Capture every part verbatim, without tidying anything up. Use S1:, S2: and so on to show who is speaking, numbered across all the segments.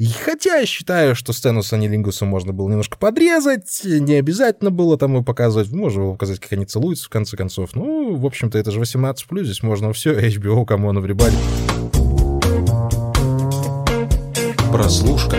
S1: И хотя я считаю, что сцену с анилингусом можно было немножко подрезать, не обязательно было там его показывать, можно было показать, как они целуются в конце концов. Ну, в общем-то, это же восемнадцать плюс, здесь можно все, эйч би о, кому on everybody.
S2: Прослушка.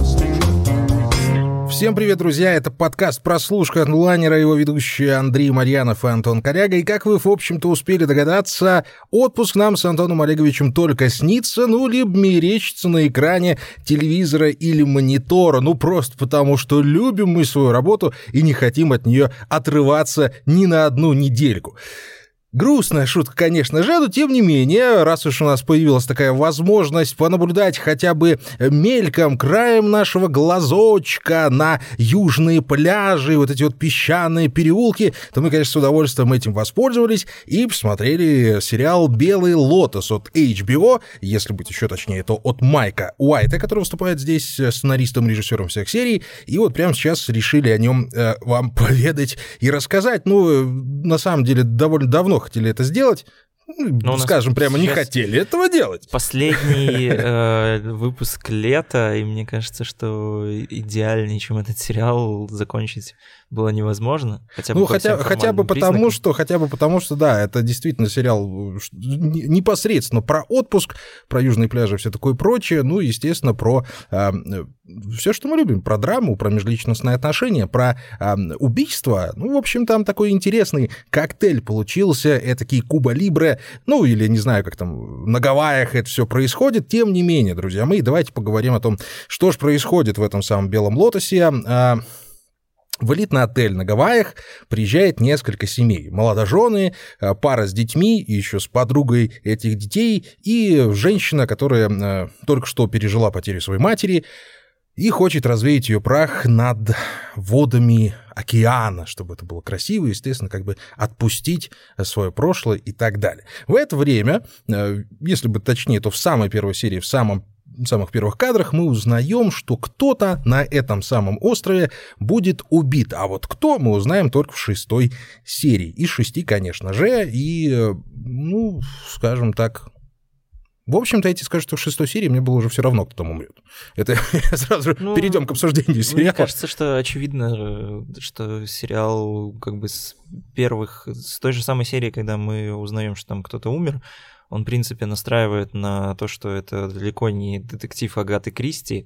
S1: Всем привет, друзья, это подкаст «Прослушка» от онлайнера, его ведущие Андрей Марьянов и Антон Коряга. И как вы, в общем-то, успели догадаться, отпуск нам с Антоном Олеговичем только снится, ну, либо мерещится на экране телевизора или монитора, ну, просто потому, что любим мы свою работу и не хотим от нее отрываться ни на одну недельку. Грустная шутка, конечно же, но тем не менее, раз уж у нас появилась такая возможность понаблюдать хотя бы мельком, краем нашего глазочка на южные пляжи, вот эти вот песчаные переулки, то мы, конечно, с удовольствием этим воспользовались и посмотрели сериал «Белый лотос» от эйч би о, если быть еще точнее, то от Майка Уайта, который выступает здесь сценаристом, режиссером всех серий, и вот прямо сейчас решили о нем э, вам поведать и рассказать. Ну, на самом деле, довольно давно хотели это сделать, ну, скажем, прямо не хотели этого делать.
S3: Последний э, выпуск лета, и мне кажется, что идеальнее, чем этот сериал, закончить было невозможно. Хотя бы,
S1: ну, хотя, хотя бы потому, что, хотя бы потому, что, да, это действительно сериал непосредственно про отпуск, про южные пляжи и все такое прочее, ну, естественно, про э, все, что мы любим, про драму, про межличностные отношения, про э, убийство. Ну, в общем, там такой интересный коктейль получился, этакий Куба Либре, ну, или не знаю, как там на Гавайях это все происходит. Тем не менее, друзья мои, давайте поговорим о том, что же происходит в этом самом «Белом лотосе». В элитный отель на Гавайях приезжает несколько семей. Молодожены, пара с детьми, и еще с подругой этих детей, и женщина, которая только что пережила потерю своей матери и хочет развеять ее прах над водами океана, чтобы это было красиво, естественно, как бы отпустить свое прошлое и так далее. В это время, если быть точнее, то в самой первой серии, в самом В самых первых кадрах мы узнаем, что кто-то на этом самом острове будет убит. А вот кто, мы узнаем только в шестой серии. Из шести, конечно же. И, ну, скажем так... В общем-то, я тебе скажу, что в шестой серии мне было уже все равно, кто там умрет. Это сразу ну, перейдем к обсуждению сериала.
S3: Мне кажется, что очевидно, что сериал как бы с первых... С той же самой серии, когда мы узнаем, что там кто-то умер, он, в принципе, настраивает на то, что это далеко не детектив Агаты Кристи,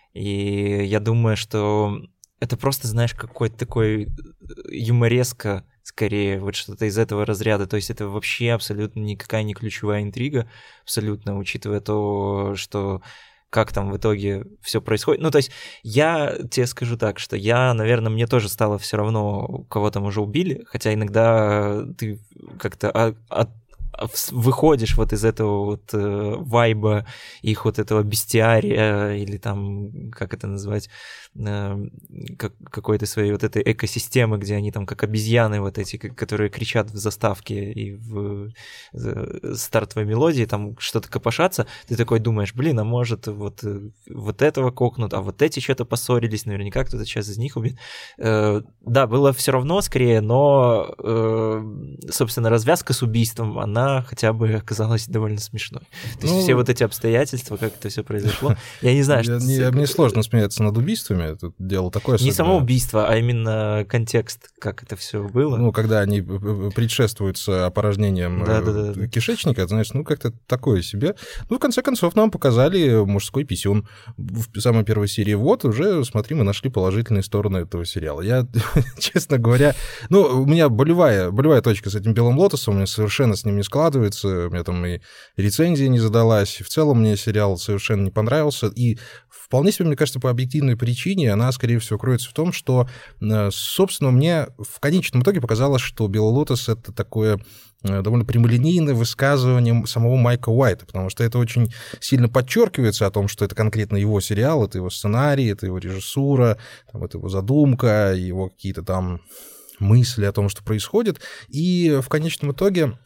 S3: и я думаю, что это просто, знаешь, какой-то такой юмореска, скорее, вот что-то из этого разряда, то есть это вообще абсолютно никакая не ключевая интрига, абсолютно, учитывая то, что как там в итоге все происходит. Ну, то есть я тебе скажу так, что я, наверное, мне тоже стало все равно, кого там уже убили, хотя иногда ты как-то от, от выходишь вот из этого вот э, вайба их вот этого бестиария или там, как это назвать, э, как, какой-то своей вот этой экосистемы, где они там как обезьяны вот эти, которые кричат в заставке и в э, стартовой мелодии, там что-то копошатся, ты такой думаешь, блин, а может вот, вот этого кокнут, а вот эти что-то поссорились, наверняка кто-то сейчас из них убит. Э, да, было все равно скорее, но, э, собственно, развязка с убийством, она хотя бы оказалась довольно смешной. То есть ну, все вот эти обстоятельства, как это все произошло, я не знаю, что...
S1: Мне, мне сложно смеяться над убийствами, это дело такое...
S3: Не особенно... само убийство, а именно контекст, как это все было.
S1: Ну, когда они предшествуются опорожнением да, да, да, кишечника, знаешь, ну, как-то такое себе. Ну, в конце концов, нам показали мужской писюн в самой первой серии. Вот, уже, смотри, мы нашли положительные стороны этого сериала. Я, честно говоря... Ну, у меня болевая, болевая точка с этим «Белым лотосом», у меня совершенно с ним не складывается. У меня там и рецензия не задалась. В целом мне сериал совершенно не понравился. И вполне себе, мне кажется, по объективной причине она, скорее всего, кроется в том, что, собственно, мне в конечном итоге показалось, что «Белый лотос» — это такое довольно прямолинейное высказывание самого Майка Уайта, потому что это очень сильно подчеркивается о том, что это конкретно его сериал, это его сценарий, это его режиссура, там, это его задумка, его какие-то там мысли о том, что происходит. И в конечном итоге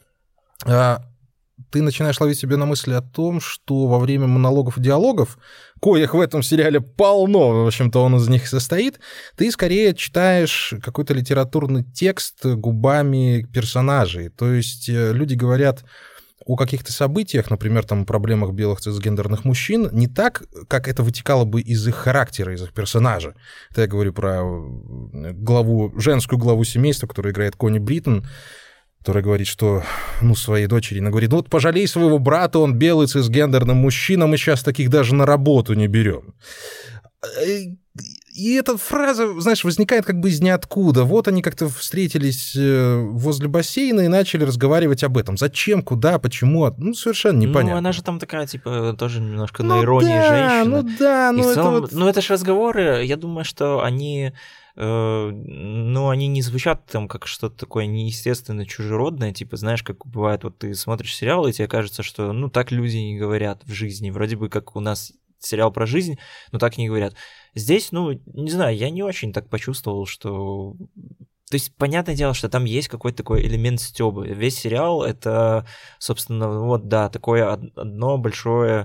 S1: ты начинаешь ловить себя на мысли о том, что во время монологов и диалогов, коих в этом сериале полно, в общем-то, он из них состоит, ты скорее читаешь какой-то литературный текст губами персонажей. То есть люди говорят о каких-то событиях, например, там, о проблемах белых цисгендерных мужчин, не так, как это вытекало бы из их характера, из их персонажа. Это я говорю про главу, женскую главу семейства, которую играет Кони Бриттон, которая говорит, что, ну, своей дочери, она говорит, ну вот пожалей своего брата, он белый цисгендерный мужчина, мы сейчас таких даже на работу не берем. И эта фраза, знаешь, возникает как бы из ниоткуда. Вот они как-то встретились возле бассейна и начали разговаривать об этом. Зачем, куда, почему? Ну, совершенно непонятно.
S3: Ну, она же там такая, типа, тоже немножко
S1: ну,
S3: на иронии
S1: да,
S3: женщина.
S1: Ну да, ну
S3: и в целом,
S1: это вот...
S3: ну это же разговоры, я думаю, что они... Ну, они не звучат там как что-то такое неестественно чужеродное, типа, знаешь, как бывает, вот ты смотришь сериал, и тебе кажется, что, ну, так люди не говорят в жизни, вроде бы как у нас сериал про жизнь, но так не говорят. Здесь, ну, не знаю, я не очень так почувствовал, что... То есть, понятное дело, что там есть какой-то такой элемент стёба. Весь сериал — это, собственно, вот, да, такое одно большое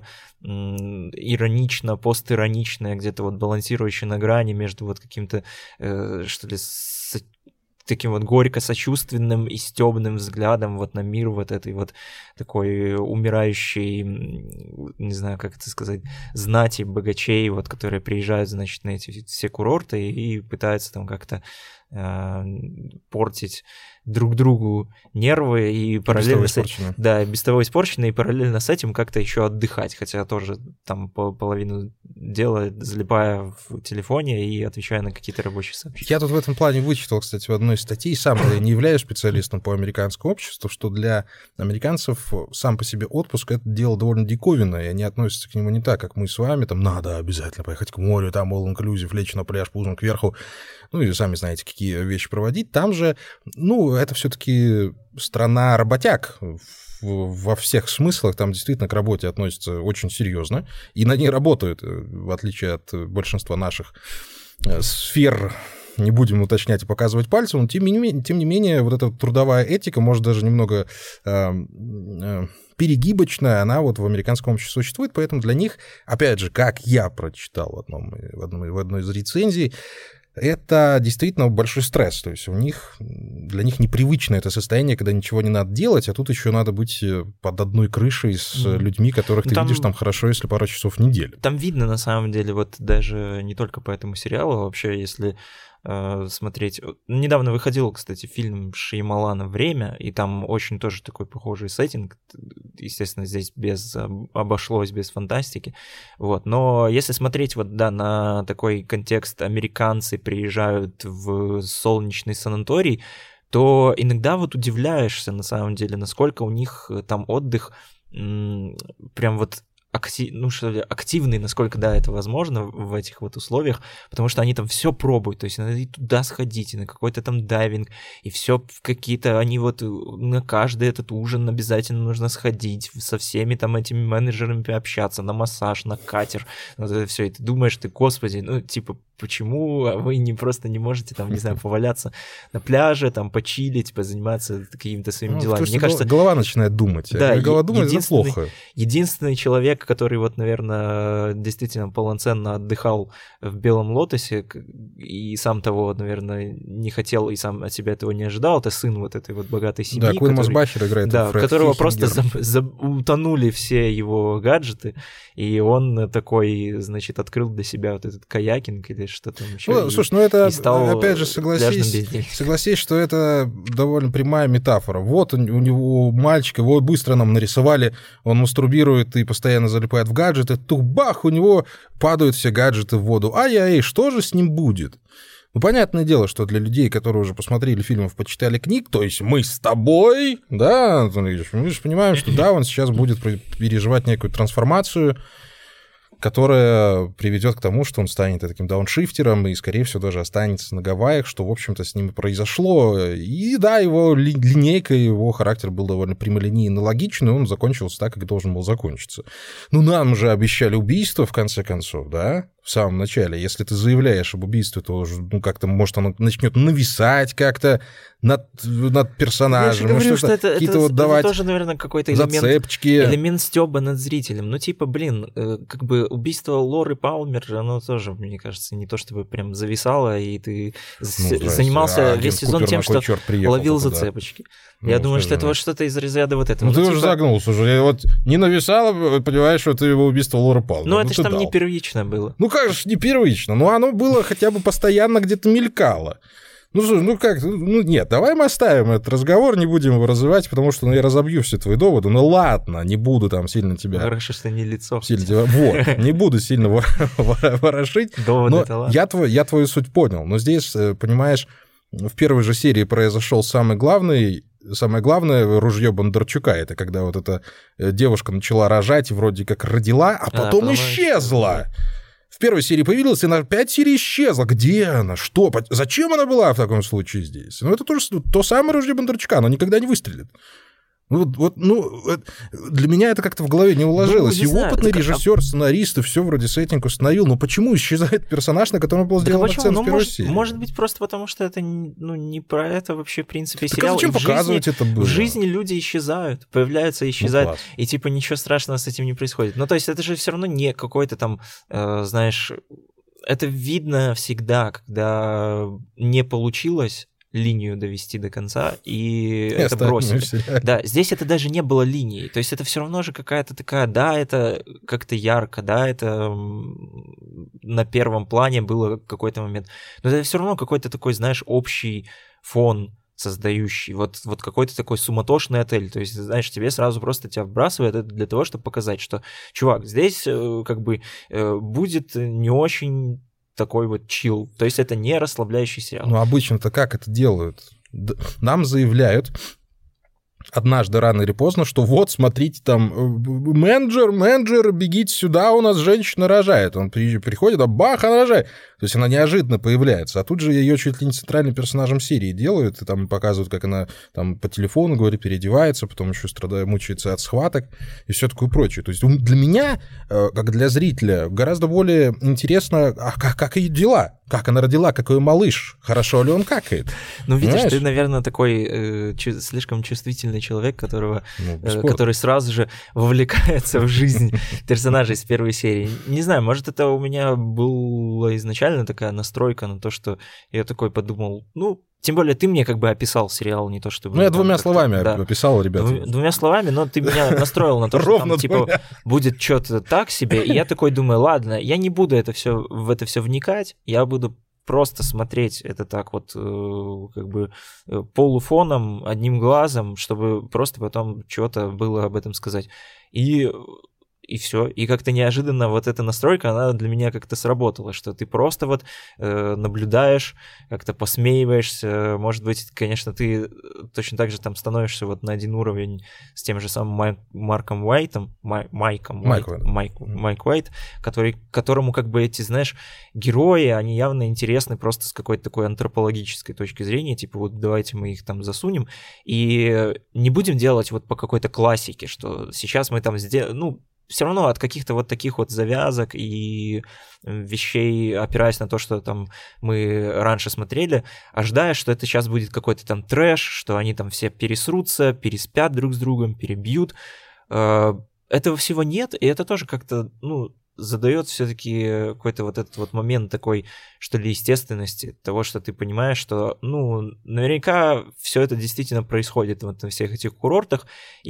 S3: иронично, постироничное, где-то вот балансирующее на грани между вот каким-то, э, что ли, с таким вот горько-сочувственным и стёбным взглядом вот на мир вот этой вот такой умирающей, не знаю, как это сказать, знати, богачей, вот, которые приезжают, значит, на эти все курорты и пытаются там как-то э, портить друг другу нервы и параллельно с этим, да, без того испорченные, и параллельно с этим как-то еще отдыхать, хотя тоже там половину дела залипая в телефоне и отвечая на какие-то рабочие сообщения.
S1: Я тут в этом плане вычитал, кстати, в одной из статей, сам-то я не являюсь специалистом по американскому обществу, что для американцев сам по себе отпуск — это дело довольно диковинное, и они относятся к нему не так, как мы с вами, там, надо обязательно поехать к морю, там, all-inclusive, лечь на пляж пузом кверху, ну, и сами знаете, какие вещи проводить. Там же, ну, это все-таки страна работяг во всех смыслах, там действительно к работе относятся очень серьезно, и на ней работают, в отличие от большинства наших сфер, не будем уточнять и показывать пальцем, но тем не менее, тем не менее вот эта трудовая этика, может, даже немного э, э, перегибочная, она вот в американском обществе существует, поэтому для них, опять же, как я прочитал в, одном, в, одном, в одной из рецензий, это действительно большой стресс, то есть у них, для них непривычно это состояние, когда ничего не надо делать, а тут еще надо быть под одной крышей с mm. людьми, которых ты там, видишь там хорошо, если пару часов в неделю.
S3: Там видно, на самом деле, вот даже не только по этому сериалу, а вообще, если э, смотреть... Недавно выходил, кстати, фильм Шьямалана «Время», и там очень тоже такой похожий сеттинг, естественно, здесь без обошлось без фантастики, вот, но если смотреть вот, да, на такой контекст, американцы приезжают в солнечный санаторий, то иногда вот удивляешься, на самом деле, насколько у них там отдых м- прям вот актив, ну, что ли, активный, насколько, да, это возможно в этих вот условиях, потому что они там все пробуют, то есть надо и туда сходить, и на какой-то там дайвинг, и все какие-то, они вот на каждый этот ужин обязательно нужно сходить, со всеми там этими менеджерами пообщаться, на массаж, на катер, вот это все, и ты думаешь, ты, господи, ну, типа, почему вы не просто не можете там, не знаю, поваляться на пляже, там, почилить, позаниматься какими-то своими ну, делами. Мне кажется,
S1: голова начинает думать.
S3: Да,
S1: а голова думает, это плохо.
S3: Единственный человек, который вот, наверное, действительно полноценно отдыхал в Белом Лотосе и сам того, наверное, не хотел и сам от себя этого не ожидал, это сын вот этой вот богатой семьи.
S1: Да, Куин Мосбахер играет.
S3: Да,
S1: Фред
S3: которого
S1: Хихингер.
S3: просто за, за, утонули все его гаджеты, и он такой, значит, открыл для себя вот этот каякинг или что там еще.
S1: Ну,
S3: и,
S1: слушай, ну это,
S3: стал
S1: опять же, согласись, согласись, что это довольно прямая метафора. Вот у него мальчик, его быстро нам нарисовали, он мастурбирует и постоянно залипает в гаджеты, тух, бах, у него падают все гаджеты в воду. Ай-яй, что же с ним будет? Ну, понятное дело, что для людей, которые уже посмотрели фильмов, почитали книг, то есть мы с тобой, да, мы же понимаем, что да, он сейчас будет переживать некую трансформацию, которая приведет к тому, что он станет таким дауншифтером и, скорее всего, даже останется на Гавайях, что, в общем-то, с ним произошло. И да, его ли, линейка, его характер был довольно прямолинейный, логичный, он закончился так, как должен был закончиться. Ну, нам же обещали убийство, в конце концов, да? в самом начале. Если ты заявляешь об убийстве, то ну, как-то, может, оно начнет нависать как-то над, над персонажем.
S3: Я же говорю, что это,
S1: какие-то
S3: это,
S1: вот давать
S3: это тоже, наверное, какой-то элемент,
S1: зацепочки.
S3: элемент стёба над зрителем. Ну, типа, блин, как бы убийство Лоры Палмер, оно тоже, мне кажется, не то чтобы прям зависало, и ты ну, занимался а весь сезон тем, что ловил туда. Зацепочки. Ну, Я думаю, что это вот что-то из разряда вот этого.
S1: Ну,
S3: ну
S1: ты
S3: типа...
S1: уже загнулся уже. Я вот не нависало, понимаешь, что это его убийство Лоры Палмер.
S3: Ну, это
S1: ну,
S3: же там
S1: дал.
S3: не первично было.
S1: Ну, как же не первично? Ну, оно было хотя бы постоянно где-то мелькало. Ну, слушай, ну как, ну нет, давай мы оставим этот разговор, не будем его развивать, потому что ну, я разобью все твои доводы. Ну ладно, не буду там сильно тебя...
S3: Хорошо, что не лицо.
S1: Сильно тебя... Вот, не буду сильно ворошить.
S3: Доводы это ладно.
S1: Я, твой, я твою суть понял, но здесь, понимаешь, в первой же серии произошел самый главный, самое главное ружье Бондарчука. Это когда вот эта девушка начала рожать, вроде как родила, а потом, а, потом исчезла. В первой серии появилась, и на пять серий исчезла. Где она? Что? Зачем она была в таком случае здесь? Ну, это тоже то самое ружье Бондарчука, оно никогда не выстрелит. Вот, вот, ну, для меня это как-то в голове не уложилось. Ну, не и знаю, опытный так, режиссер, сценарист, и все вроде сеттинг установил. Но почему исчезает персонаж, на котором был сделан акцент ну, в первой
S3: может,
S1: серии?
S3: Может быть, просто потому что это ну, не про это вообще, в принципе,
S1: так
S3: сериал.
S1: А зачем показывать
S3: жизни,
S1: это было?
S3: В жизни люди исчезают, появляются и исчезают.
S1: Ну,
S3: и типа ничего страшного с этим не происходит. Ну, то есть это же все равно не какой-то там, э, знаешь, это видно всегда, когда не получилось линию довести до конца, и, и это бросили. Да, здесь это даже не было линией. То есть это все равно же какая-то такая, да, это как-то ярко, да, это на первом плане было какой-то момент. Но это все равно какой-то такой, знаешь, общий фон создающий, вот, вот какой-то такой суматошный отель, то есть, знаешь, тебе сразу просто тебя вбрасывает это для того, чтобы показать, что, чувак, здесь как бы будет не очень такой вот чил, то есть это не расслабляющий сериал.
S1: Ну, обычно-то как это делают? Нам заявляют однажды рано или поздно, что вот, смотрите, там, менеджер, менеджер, бегите сюда, у нас женщина рожает. Он приходит, а бах, она рожает. То есть она неожиданно появляется. А тут же ее чуть ли не центральным персонажем серии делают, и там показывают, как она там по телефону, говорит, переодевается, потом еще страдает, мучается от схваток и все такое прочее. То есть для меня, как для зрителя, гораздо более интересно, а как, как ее дела? Как она родила, какой малыш? Хорошо ли он какает?
S3: Ну, видишь, Понимаешь? Ты, наверное, такой э, чу- слишком чувствительный человек, которого, ну, э, который сразу же вовлекается в жизнь персонажей с первой серии. Не знаю, может, это у меня была изначально такая настройка на то, что я такой подумал, ну, тем более ты мне как бы описал сериал, не то чтобы...
S1: Ну, я двумя словами да. описал, ребята.
S3: Двумя, двумя словами, но ты меня настроил на то, что там, типа, будет что-то так себе, и я такой думаю, ладно, я не буду это все, в это все вникать, я буду просто смотреть это так вот как бы полуфоном, одним глазом, чтобы просто потом что-то было об этом сказать. И... И все. И как-то неожиданно вот эта настройка, она для меня как-то сработала, что ты просто вот э, наблюдаешь, как-то посмеиваешься. Может быть, конечно, ты точно так же там становишься вот на один уровень с тем же самым Май- Марком Уайтом, Май- Майком
S1: Майк,
S3: Уайт, Майк, Майк Уайт, который, которому как бы эти, знаешь, герои, они явно интересны просто с какой-то такой антропологической точки зрения, типа вот давайте мы их там засунем и не будем делать вот по какой-то классике, что сейчас мы там сделаем, ну, все равно от каких-то вот таких вот завязок и вещей, опираясь на то, что там мы раньше смотрели, ожидая, что это сейчас будет какой-то там трэш, что они там все пересрутся, переспят друг с другом, перебьют. Этого всего нет, и это тоже как-то, ну, задает все-таки какой-то вот этот вот момент такой, что ли, естественности, того, что ты понимаешь, что, ну, наверняка все это действительно происходит вот на всех этих курортах,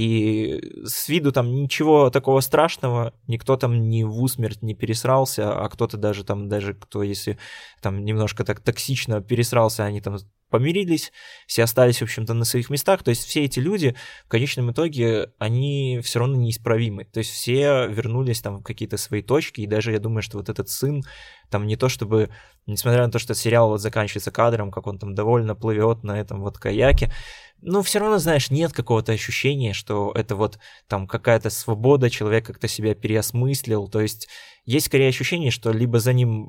S3: и с виду там ничего такого страшного, никто там не в усмерть не пересрался, а кто-то даже там, даже кто, если там немножко так токсично пересрался, они там помирились, все остались, в общем-то, на своих местах, то есть все эти люди в конечном итоге, они все равно неисправимы, то есть все вернулись там в какие-то свои точки, и даже я думаю, что вот этот сын, там не то чтобы, несмотря на то, что сериал вот заканчивается кадром, как он там довольно плывет на этом вот каяке, но все равно, знаешь, нет какого-то ощущения, что это вот там какая-то свобода, человек как-то себя переосмыслил, то есть есть скорее ощущение, что либо за ним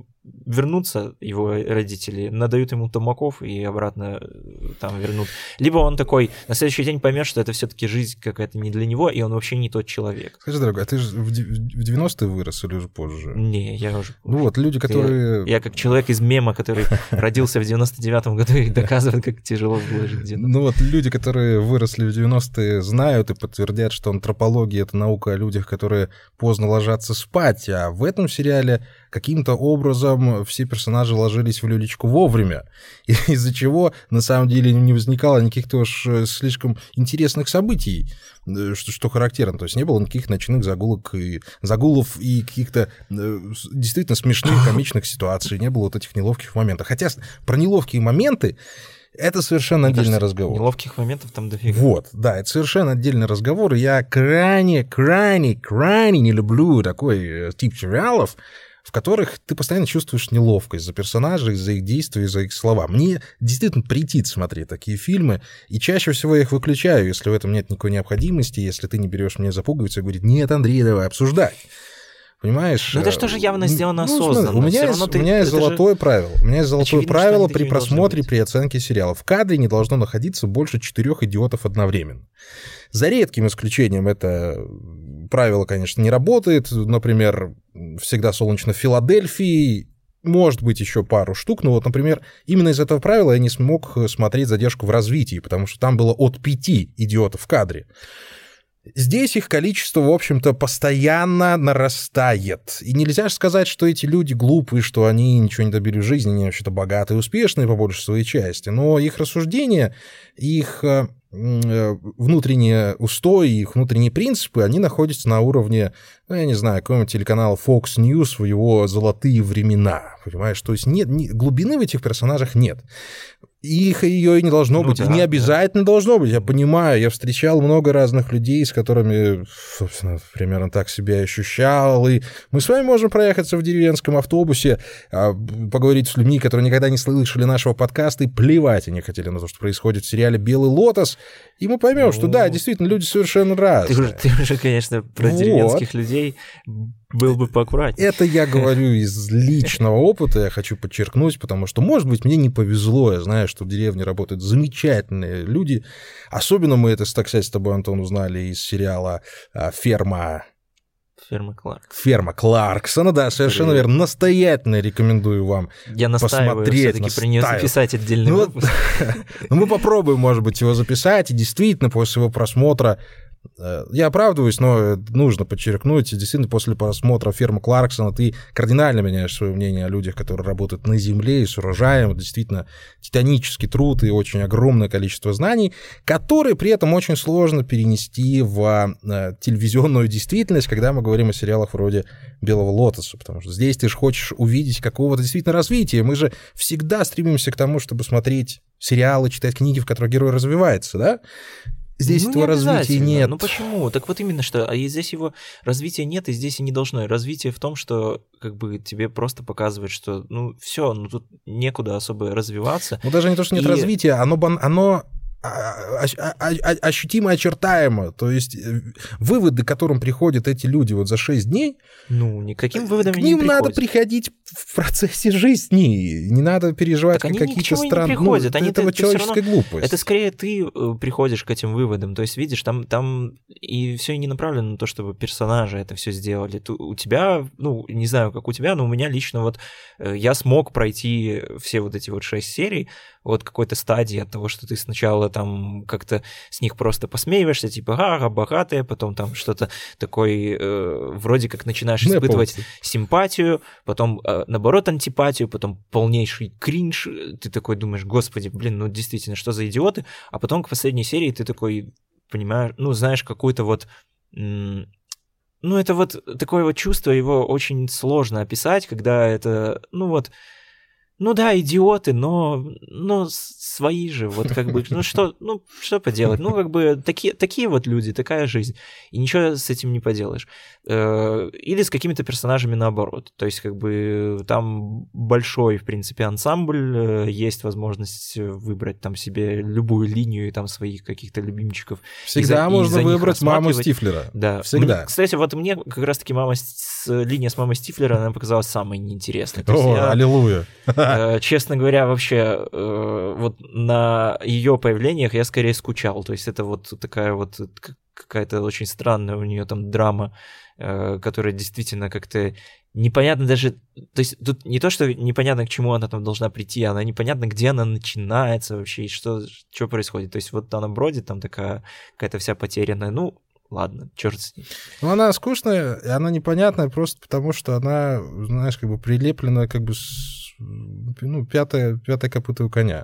S3: вернутся его родители, надают ему тумаков и обратно там вернут. Либо он такой на следующий день поймет, что это все-таки жизнь какая-то не для него, и он вообще не тот человек.
S1: Скажи, дорогой, а ты же в девяностые вырос или уже позже?
S3: Не, я уже позже.
S1: Ну вот, люди, которые...
S3: Я, я как человек из мема, который родился в девяносто девятом году и доказывает, как тяжело было жить где-то.
S1: Ну вот, люди, которые выросли в девяностые, знают и подтвердят, что антропология — это наука о людях, которые поздно ложатся спать, а в этом сериале каким-то образом все персонажи ложились в люлечку вовремя, из-за чего на самом деле не возникало никаких-то уж слишком интересных событий, что, что характерно. То есть не было никаких ночных загулок и загулов и каких-то действительно смешных, комичных ситуаций, не было вот этих неловких моментов. Хотя про неловкие моменты это совершенно Мне отдельный кажется, разговор.
S3: Неловких моментов там дофига.
S1: Вот, да, это совершенно отдельный разговор. И я крайне, крайне, крайне не люблю такой тип сериалов, в которых ты постоянно чувствуешь неловкость за персонажей, за их действия, за их слова. Мне действительно претит смотреть такие фильмы, и чаще всего я их выключаю, если в этом нет никакой необходимости, если ты не берешь меня за пуговицу и говоришь: нет, Андрей, давай обсуждать. Понимаешь?
S3: Ну это же тоже явно сделано
S1: ну,
S3: осознанно.
S1: У меня, есть,
S3: ты,
S1: у меня есть золотое же... правило. У меня есть золотое Очевидно, правило при просмотре, при оценке сериала. В кадре не должно находиться больше четырех идиотов одновременно. За редким исключением это правило, конечно, не работает. Например, «Всегда солнечно в Филадельфии». Может быть, еще пару штук. Но вот, например, именно из этого правила я не смог смотреть «Задержку в развитии», потому что там было от пяти идиотов в кадре. Здесь их количество, в общем-то, постоянно нарастает. И нельзя же сказать, что эти люди глупые, что они ничего не добились в жизни, они вообще-то богатые и успешные по большей своей части. Но их рассуждения, их внутренние устои, их внутренние принципы, они находятся на уровне, ну, я не знаю, какого-нибудь телеканала Fox News в его золотые времена. Понимаешь? То есть нет, не, глубины в этих персонажах нет. Их ее и не должно ну, быть, да, и не обязательно да. должно быть. Я понимаю, я встречал много разных людей, с которыми, собственно, примерно так себя ощущал. И мы с вами можем проехаться в деревенском автобусе, поговорить с людьми, которые никогда не слышали нашего подкаста, и плевать они хотели на то, что происходит в сериале «Белый лотос». И мы поймем, ну, что да, действительно, люди совершенно разные.
S3: Ты уже, ты уже конечно, про вот. деревенских людей был бы поаккуратнее.
S1: Это я говорю из личного опыта, я хочу подчеркнуть, потому что, может быть, мне не повезло, я знаю, что в деревне работают замечательные люди. Особенно мы это, так сказать, с тобой, Антон, узнали из сериала «Ферма».
S3: Ферма Кларк.
S1: Ферма Кларксона, да, совершенно верно. Настоятельно рекомендую вам
S3: Я настаиваю
S1: посмотреть.
S3: все-таки при нее записать отдельный
S1: ну,
S3: выпуск.
S1: Ну, мы попробуем, может быть, его записать, и действительно, после своего просмотра я оправдываюсь, но нужно подчеркнуть, действительно, после просмотра «Фермы Кларксона» ты кардинально меняешь свое мнение о людях, которые работают на земле и с урожаем. Это действительно титанический труд и очень огромное количество знаний, которые при этом очень сложно перенести в телевизионную действительность, когда мы говорим о сериалах вроде «Белого лотоса», потому что здесь ты же хочешь увидеть какого-то действительно развития. Мы же всегда стремимся к тому, чтобы смотреть сериалы, читать книги, в которых герой развивается, да? Здесь
S3: ну,
S1: этого
S3: не
S1: развития нет.
S3: Ну почему? Так вот именно что, а здесь его развития нет, и здесь и не должно. Развитие в том, что как бы тебе просто показывает, что ну все, ну тут некуда особо развиваться.
S1: Ну даже не то, что нет и... развития, оно, оно ощутимо очертаемо. То есть выводы, к которым приходят эти люди вот за шесть дней,
S3: ну, никаким выводам
S1: к
S3: не
S1: ним
S3: приходят.
S1: Надо приходить в процессе жизни. Не надо переживать
S3: так
S1: какие-то странные...
S3: Ну, они
S1: это вот человеческая
S3: равно...
S1: глупость.
S3: Это скорее ты приходишь к этим выводам. То есть, видишь, там, там и все не направлено на то, чтобы персонажи это все сделали. Ты, у тебя, ну, не знаю, как у тебя, но у меня лично вот я смог пройти все вот эти вот шесть серий от какой-то стадии, от того, что ты сначала там как-то с них просто посмеиваешься, типа, ага, богатые, потом там что-то такое, э, вроде как начинаешь
S1: Не
S3: испытывать
S1: помните.
S3: симпатию, потом, э, наоборот, антипатию, потом полнейший кринж, ты такой думаешь, господи, блин, ну действительно, что за идиоты, а потом к последней серии ты такой, понимаешь, ну, знаешь, какую-то вот... М- ну, это вот такое вот чувство, его очень сложно описать, когда это, ну вот, ну да, идиоты, но, но свои же, вот как бы, ну что, ну что поделать, ну как бы такие, такие вот люди, такая жизнь, и ничего с этим не поделаешь. Или с какими-то персонажами наоборот, то есть как бы там большой, в принципе, ансамбль, есть возможность выбрать там себе любую линию и там своих каких-то любимчиков.
S1: Всегда
S3: и,
S1: можно
S3: и
S1: выбрать маму Стифлера.
S3: Да.
S1: Всегда.
S3: Кстати, вот мне как раз-таки мама с... линия с мамой Стифлера, она показалась самой неинтересной. То
S1: О,
S3: я,
S1: аллилуйя.
S3: Э, честно говоря, вообще э, вот на ее появлениях я скорее скучал. То есть это вот такая вот какая-то очень странная у нее там драма, э, которая действительно как-то непонятно даже... То есть тут не то, что непонятно, к чему она там должна прийти, она непонятно, где она начинается вообще, и что, что происходит. То есть вот она бродит, там такая какая-то вся потерянная, ну, ладно, черт с ней.
S1: Ну, она скучная, и она непонятная просто потому, что она, знаешь, как бы прилеплена как бы с, ну, пятое, пятое копыто у коня.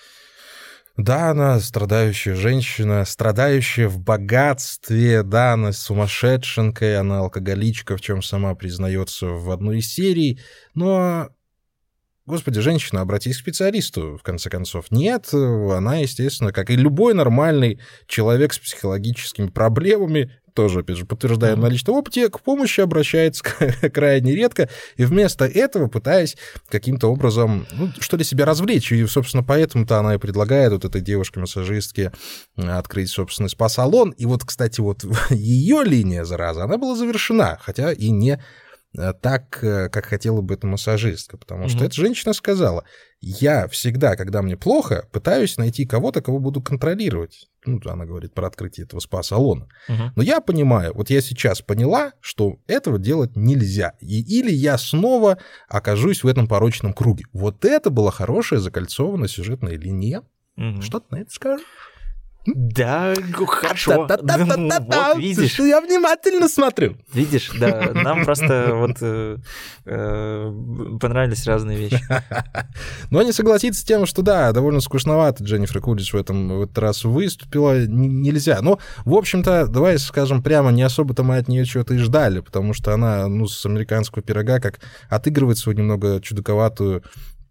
S1: Да, она страдающая женщина, страдающая в богатстве, да, она сумасшедшенькая, она алкоголичка, в чем сама признается в одной из серий, но... Господи, женщина, обратись к специалисту, в конце концов. Нет, она, естественно, как и любой нормальный человек с психологическими проблемами, тоже, опять же, подтверждая на личном опыте, к помощи обращается крайне редко, и вместо этого пытаясь каким-то образом, ну, что ли, себя развлечь. И, собственно, поэтому-то она и предлагает вот этой девушке-массажистке открыть собственный спа-салон. И вот, кстати, вот ее линия, зараза, она была завершена, хотя и не так, как хотела бы эта массажистка, потому что mm-hmm. эта женщина сказала: я всегда, когда мне плохо, пытаюсь найти кого-то, кого буду контролировать. Ну, она говорит про открытие этого спа-салона. Mm-hmm. Но я понимаю, вот я сейчас поняла, что этого делать нельзя. И, или я снова окажусь в этом порочном круге. Вот это была хорошая закольцованная сюжетная линия. Mm-hmm. Что ты на это скажешь?
S3: Да, хорошо. Вот, видишь.
S1: Я внимательно смотрю.
S3: Видишь, да, нам просто вот э, э, понравились разные вещи.
S1: Но не согласиться с тем, что да, довольно скучновато Дженнифер Кулидж в этом в этот раз выступила, н- нельзя. Но, в общем-то, давай скажем прямо, не особо-то мы от нее чего-то и ждали, потому что она, ну, с американского пирога как отыгрывает свою немного чудаковатую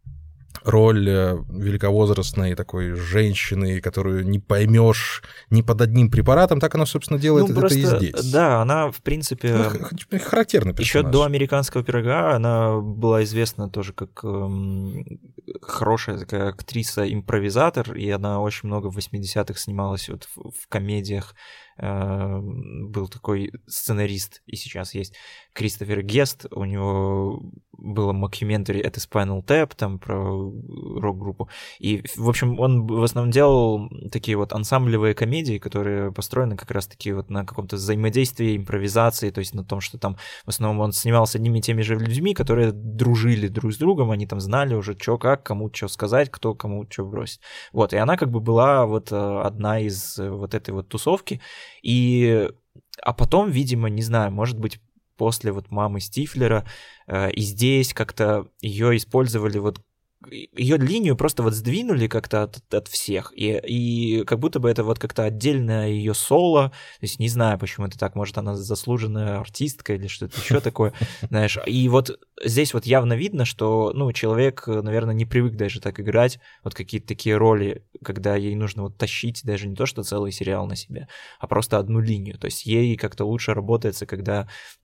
S1: роль великовозрастной такой женщины, которую не поймешь ни под одним препаратом, так она, собственно, делает
S3: ну,
S1: это
S3: просто,
S1: и здесь.
S3: Да, она, в принципе...
S1: Ну, характерный персонаж.
S3: Еще до американского пирога она была известна тоже как эм, хорошая такая актриса-импровизатор, и она очень много в восьмидесятых снималась вот в, в комедиях. Э, был такой сценарист, и сейчас есть Кристофер Гест, у него было мокюментари «Это Spinal Tap», там про рок-группу. И, в общем, он в основном делал такие вот ансамблевые комедии, которые построены как раз-таки вот на каком-то взаимодействии, импровизации, то есть на том, что там в основном он снимал с одними и теми же людьми, которые дружили друг с другом, они там знали уже, что как, кому что сказать, кто кому что бросить. Вот, и она как бы была вот одна из вот этой вот тусовки, и... А потом, видимо, не знаю, может быть, после вот мамы Стифлера, э, и здесь как-то ее использовали, вот ее линию просто вот сдвинули как-то от, от всех, и, и как будто бы это вот как-то отдельное ее соло, то есть не знаю, почему это так, может, она заслуженная артистка или что-то еще такое, знаешь, и вот здесь вот явно видно, что, ну, человек, наверное, не привык даже так играть, вот какие-то такие роли, когда ей нужно вот тащить даже не то, что целый сериал на себе, а просто одну линию, то есть ей как-то лучше работается, когда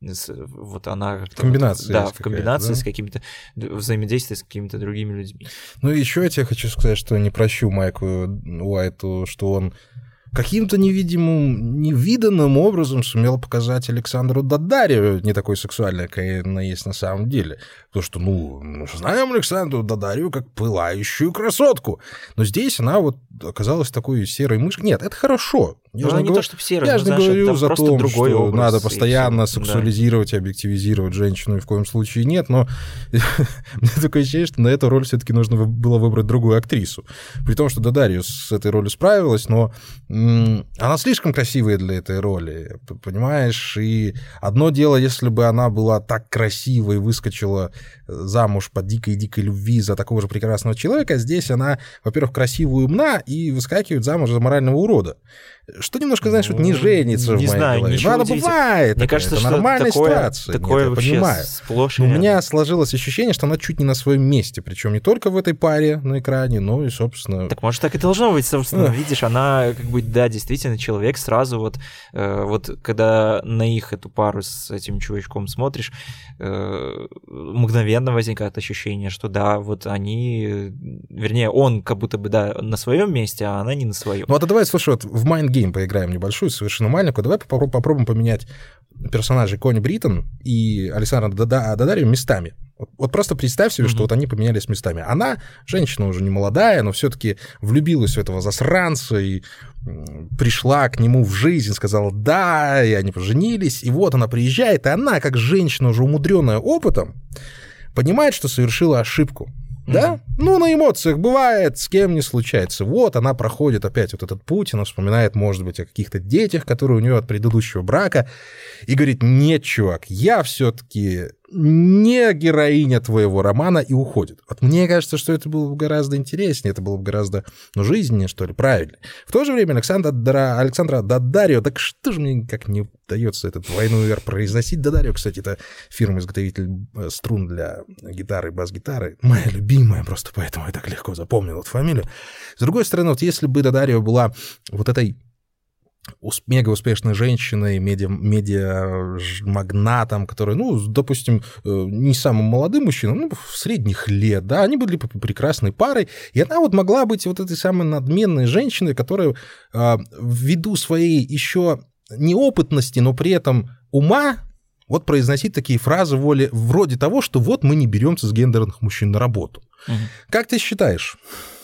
S3: вот она как-то...
S1: Комбинация.
S3: Вот, да, в комбинации да? с какими-то взаимодействием с какими-то другими людьми.
S1: Ну и еще я тебе хочу сказать, что не прощу Майку Уайту, что он каким-то невидимым, невиданным образом сумел показать Александру Дадарию не такой сексуальной, какая она есть на самом деле. Потому что, ну, мы же знаем Александру Дадарию как пылающую красотку. Но здесь она вот оказалась такой серой мышкой. Нет, это хорошо. Я же не,
S3: не
S1: говорю,
S3: то, чтобы серая,
S1: я же не
S3: знаешь,
S1: говорю за то,
S3: другой
S1: что
S3: образ,
S1: надо постоянно
S3: все.
S1: сексуализировать да. и объективизировать женщину, и в коем случае нет, но мне такое ощущение, что на эту роль все-таки нужно было выбрать другую актрису. При том, что Дадарию с этой ролью справилась, но м- она слишком красивая для этой роли, понимаешь? И одно дело, если бы она была так красива и выскочила замуж по дикой-дикой любви за такого же прекрасного человека, а здесь она, во-первых, красивая и умна, и выскакивает замуж за морального урода. Что немножко, знаешь, вот не женится
S3: не
S1: в моей
S3: знаю,
S1: голове. Ну, она бывает.
S3: Мне кажется,
S1: это
S3: что
S1: нормальная
S3: такое,
S1: ситуация.
S3: Такое
S1: Нет,
S3: вообще
S1: я понимаю.
S3: сплошь.
S1: Но у меня сложилось ощущение, что она чуть не на своем месте. Причем не только в этой паре на экране, но и, собственно...
S3: Так может, так и должно быть, собственно. Видишь, она, как бы, да, действительно, человек сразу вот, э, вот когда на их эту пару с этим чувачком смотришь, э, мгновенно мгновенно возникает ощущение, что да, вот они, вернее, он как будто бы, да, на своем месте, а она не на своем.
S1: Ну, а давай, слушай, вот в Mind Game поиграем небольшую, совершенно маленькую. Давай попробуем поменять персонажей Кони Бриттон и Александра Даддарио местами. Вот, вот просто представь себе, mm-hmm. что вот они поменялись местами. Она, женщина уже не молодая, но все-таки влюбилась в этого засранца и пришла к нему в жизнь, сказала «да», и они поженились. И вот она приезжает, и она, как женщина, уже умудренная опытом, понимает, что совершила ошибку. Да? Mm-hmm. Ну, на эмоциях бывает, с кем не случается. Вот она проходит опять вот этот путь, она вспоминает, может быть, о каких-то детях, которые у нее от предыдущего брака, и говорит: нет, чувак, я все-таки не героиня твоего романа, и уходит. Вот мне кажется, что это было бы гораздо интереснее, это было бы гораздо, ну, жизненнее, что ли, правильнее. В то же время Александра, Александра Даддарио, так что же мне никак не удается этот двойной «р» произносить. Даддарио, кстати, это фирма-изготовитель струн для гитары и бас-гитары. Моя любимая, просто поэтому я так легко запомнил эту фамилию. С другой стороны, вот если бы Даддарио была вот этой мега успешной женщиной, медиа, медиа-магнатом, который, ну, допустим, не самым молодым мужчиной, ну, средних лет, да, они были прекрасной парой, и она вот могла быть вот этой самой надменной женщиной, которая ввиду своей еще неопытности, но при этом ума, вот произносить такие фразы вроде того, что вот мы не берем цисгендерных мужчин на работу. Угу. Как ты считаешь?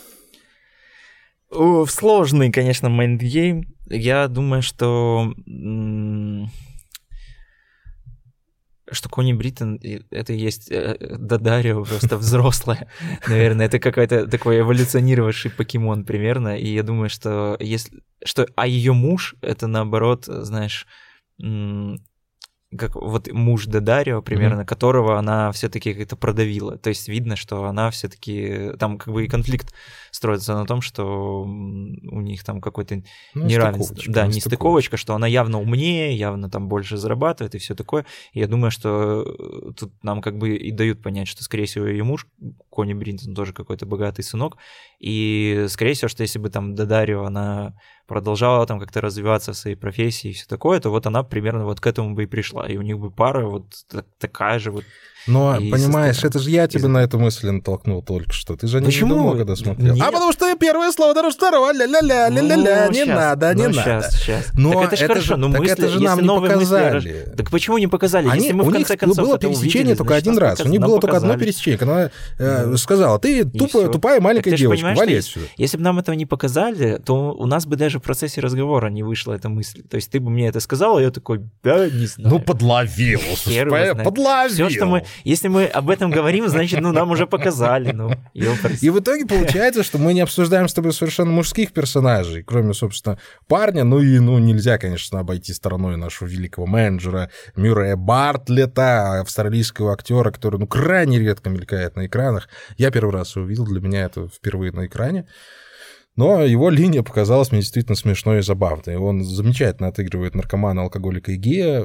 S3: Сложный, конечно, майндгейм. Я думаю, что что Кони Бриттон это и есть Даддарио просто взрослая. Наверное, это какой-то такой эволюционировавший покемон примерно. И я думаю, что если что, а ее муж это наоборот, знаешь, как вот муж Даддарио, примерно, mm-hmm. которого она все-таки как-то продавила. То есть видно, что она все-таки там как бы и конфликт строится на том, что у них там какое-то ну, неравенство. Да, не стыковочка, что она явно умнее, явно там больше зарабатывает и все такое. И я думаю, что тут нам как бы и дают понять, что, скорее всего, ее муж, Кони Бриттон, тоже какой-то богатый сынок. И, скорее всего, что если бы там Даддарио, она продолжала там как-то развиваться в своей профессии и все такое, то вот она примерно вот к этому бы и пришла. И у них бы пара вот такая же вот.
S1: Но, понимаешь, это же я тебя на эту мысль натолкнул только что. Ты же не видел, когда смотрел. А потому что первое слово дороже второго, ля-ля-ля, ля-ля-ля, не надо, не надо.
S3: Сейчас, сейчас. Так это же хорошо, но мысли,
S1: это же нам не показали.
S3: Так почему не показали? Если мы в конце концов
S1: было пересечение только один раз. У них было только одно пересечение, когда она сказала: ты тупая маленькая девочка, вали отсюда.
S3: Если бы нам этого не показали, то у нас бы даже в процессе разговора не вышла эта мысль. То есть ты бы мне это сказал, а я такой: да, не знаю.
S1: Ну, подловил, подловил.
S3: Все, что мы Если мы об этом говорим, значит, ну, нам уже показали. Ну,
S1: и в итоге получается, что мы не обсуждаем с тобой совершенно мужских персонажей, кроме, собственно, парня. Ну и ну, нельзя, конечно, обойти стороной нашего великого менеджера Мюррея Бартлета, австралийского актера, который ну, крайне редко мелькает на экранах. Я первый раз увидел, для меня это впервые на экране. Но его линия показалась мне действительно смешной и забавной. Он замечательно отыгрывает наркомана, алкоголика и гея,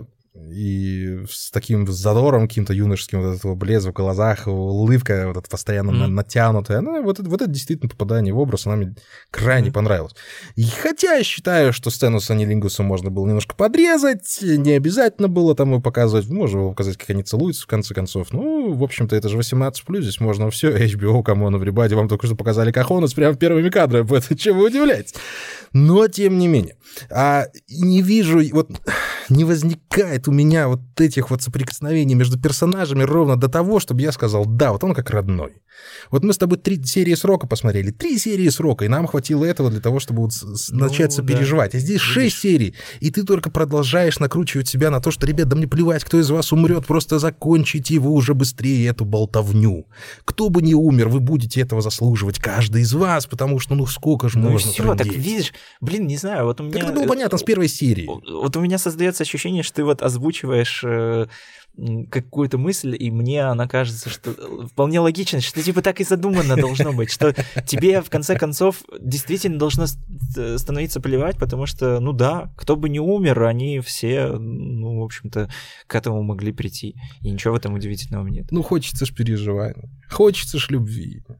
S1: и с таким задором каким-то юношеским, вот этого блеска в глазах, улыбка вот эта постоянно mm-hmm. натянутая. Ну, вот, вот это действительно попадание в образ, она мне крайне mm-hmm. понравилась. И хотя я считаю, что сцену с Анилингусом можно было немножко подрезать, не обязательно было там его показывать, можно было показать, как они целуются в конце концов. Ну, в общем-то, это же восемнадцать плюс, здесь можно все. эйч би о, come on, everybody, вам только что показали Кахонус прямо первыми кадрами, поэтому чего вы удивляетесь? Но, тем не менее, а, не вижу, вот не возникает у меня вот этих вот соприкосновений между персонажами ровно до того, чтобы я сказал: да, вот он как родной. Вот мы с тобой три серии срока посмотрели, три серии срока, и нам хватило этого для того, чтобы вот начать ну, сопереживать. Да. А здесь шесть серий, и ты только продолжаешь накручивать себя на то, что, ребят, да мне плевать, кто из вас умрет, просто закончите его уже быстрее, эту болтовню. Кто бы ни умер, вы будете этого заслуживать, каждый из вас, потому что ну сколько же
S3: ну
S1: можно
S3: все, так видишь, блин, не знаю, вот у меня...
S1: Так это было понятно с первой серии.
S3: Вот у меня создается ощущение, что ты вот озвучиваешь э, какую-то мысль, и мне она кажется, что вполне логично, что типа так и задумано должно быть, что тебе в конце концов действительно должно становиться плевать, потому что, ну да, кто бы ни умер, они все, ну, в общем-то, к этому могли прийти, и ничего в этом удивительного нет.
S1: Ну, хочется ж переживаний, хочется ж любви.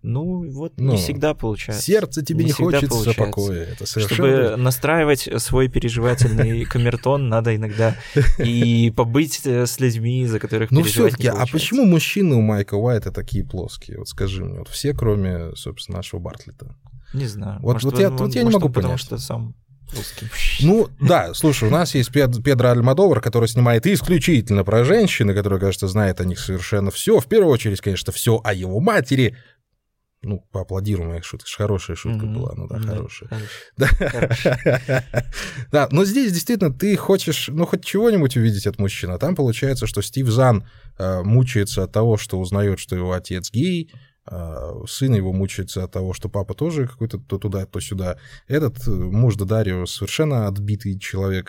S3: Ну, вот
S1: Ну,
S3: не всегда получается.
S1: Сердце тебе не,
S3: Не всегда
S1: хочется
S3: получается.
S1: покоя. Это совершенно...
S3: Чтобы настраивать свой переживательный камертон, надо иногда и побыть с людьми, за которых
S1: Ну,
S3: переживать
S1: все-таки,
S3: не
S1: а
S3: получается.
S1: почему мужчины у Майка Уайта такие плоские? Вот скажи мне, вот все, кроме, собственно, нашего Бартлета.
S3: Не знаю.
S1: Вот-
S3: Может,
S1: вот я-
S3: он-
S1: вот я не
S3: может,
S1: могу
S3: он потому
S1: понять.
S3: что сам русский.
S1: Ну, да, слушай, у нас есть Пед- Педро Альмодовар, который снимает исключительно про женщин, и который, кажется, знает о них совершенно все. В первую очередь, конечно, все о его матери. Ну, поаплодируем моих шуток. Хорошая шутка
S3: Мгм.
S1: была, ну да,
S3: Да,
S1: хорошая.
S3: хорошо.
S1: Да.
S3: Хорошо.
S1: Да, но здесь действительно ты хочешь, ну, хоть чего-нибудь увидеть от мужчин, а там получается, что Стив Зан э, мучается от того, что узнает, что его отец гей, э, сын его мучается от того, что папа тоже какой-то то туда, то сюда. Этот э, муж Додарио совершенно отбитый человек.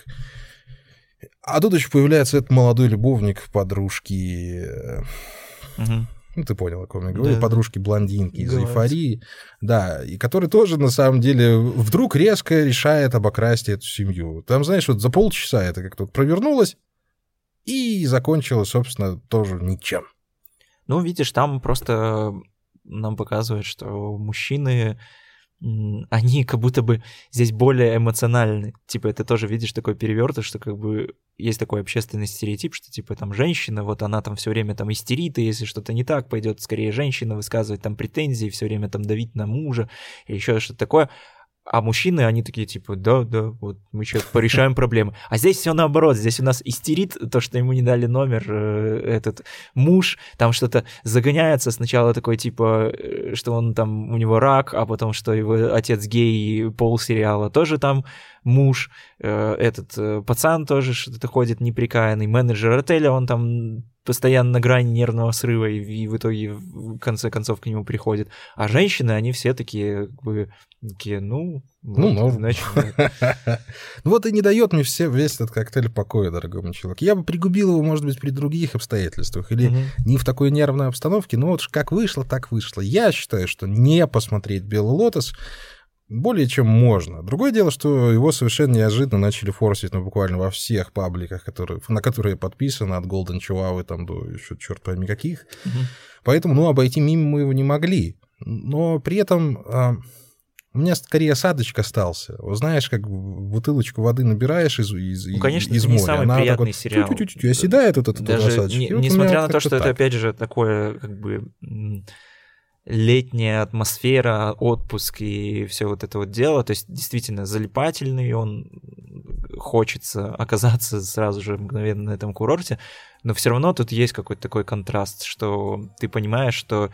S1: А тут еще появляется этот молодой любовник подружки... э,
S3: Мгм.
S1: Ну, ты понял, о ком я говорю.
S3: Да.
S1: Подружки-блондинки из
S3: Говорится.
S1: «Эйфории». Да, и который тоже, на самом деле, вдруг резко решает обокрасть эту семью. Там, знаешь, вот за полчаса это как-то вот провернулось и закончилось, собственно, тоже ничем.
S3: Ну, видишь, там просто нам показывают, что мужчины, м, они как будто бы здесь более эмоциональны. Типа, это тоже, видишь, такой перевертыш, что как бы есть такой общественный стереотип, что типа там женщина, вот она там все время там истерит, и если что-то не так, пойдет скорее женщина высказывать там претензии, все время там давить на мужа, или еще что-то такое. А мужчины, они такие, типа, да, да, вот мы сейчас порешаем проблемы. А здесь все наоборот, здесь у нас истерит то, что ему не дали номер, э, этот муж, там что-то загоняется сначала такой, типа, э, что он там, у него рак, а потом, что его отец гей, пол сериала тоже там муж, э, этот э, пацан тоже что-то ходит неприкаянный, менеджер отеля, он там постоянно на грани нервного срыва, и, и в итоге в конце концов к нему приходит. А женщины, они все такие, как бы, такие, ну,
S1: Ну,
S3: вот,
S1: норм.
S3: значит, да.
S1: Ну вот и не дает мне все, весь этот коктейль покоя, дорогой мой человек. Я бы пригубил его, может быть, при других обстоятельствах или
S3: Мгм.
S1: не в такой нервной обстановке, но вот как вышло, так вышло. Я считаю, что не посмотреть «Белый лотос» более чем можно. Другое дело, что его совершенно неожиданно начали форсить, ну, буквально во всех пабликах, которые, на которые я подписан, от Golden Chihuahua там до еще черт пойми каких.
S3: Мгм.
S1: Поэтому, ну, обойти мимо мы его не могли. Но при этом а, у меня скорее осадочек остался. Вот знаешь, как бутылочку воды набираешь из, из,
S3: Ну, конечно,
S1: из
S3: это не
S1: моря,
S3: самый
S1: она так
S3: приятный
S1: вот
S3: сериал.
S1: тю-тю-тю-тю, оседает вот этот вот
S3: Даже
S1: осадочек.
S3: не-
S1: И вот у меня
S3: несмотря
S1: вот
S3: на то, что
S1: как-то
S3: это,
S1: так.
S3: опять же, такое, как бы, м, летняя атмосфера, отпуск и все вот это вот дело, то есть действительно залипательный, он хочется оказаться сразу же мгновенно на этом курорте, но все равно тут есть какой-то такой контраст, что ты понимаешь, что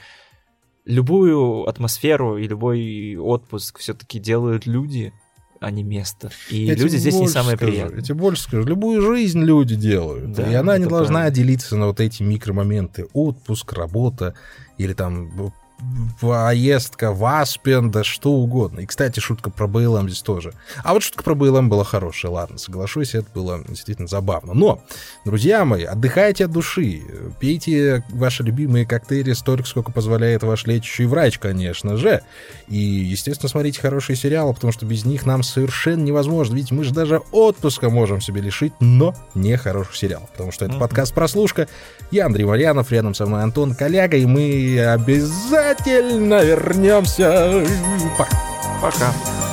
S3: любую атмосферу и любой отпуск все-таки делают люди, а не место. И
S1: Я тебе
S3: люди здесь не
S1: больше
S3: самые
S1: скажу,
S3: приятные.
S1: Я тебе больше скажу. Любую жизнь люди делают.
S3: Да,
S1: и она не
S3: это
S1: должна
S3: правильно.
S1: делиться на вот эти микромоменты. Отпуск, работа или там поездка в Аспен, да что угодно. И, кстати, шутка про бэ эл эм здесь тоже. А вот шутка про бэ эл эм была хорошая, ладно, соглашусь, это было действительно забавно. Но, друзья мои, отдыхайте от души, пейте ваши любимые коктейли столько, сколько позволяет ваш лечащий врач, конечно же. И, естественно, смотрите хорошие сериалы, потому что без них нам совершенно невозможно. Ведь мы же даже отпуска можем себе лишить, но не хороших сериалов. Потому что это
S3: Мгм.
S1: подкаст «Прослушка». Я Андрей Марьянов, рядом со мной Антон Коляга, и мы обязательно вернемся. Пока.
S3: Пока.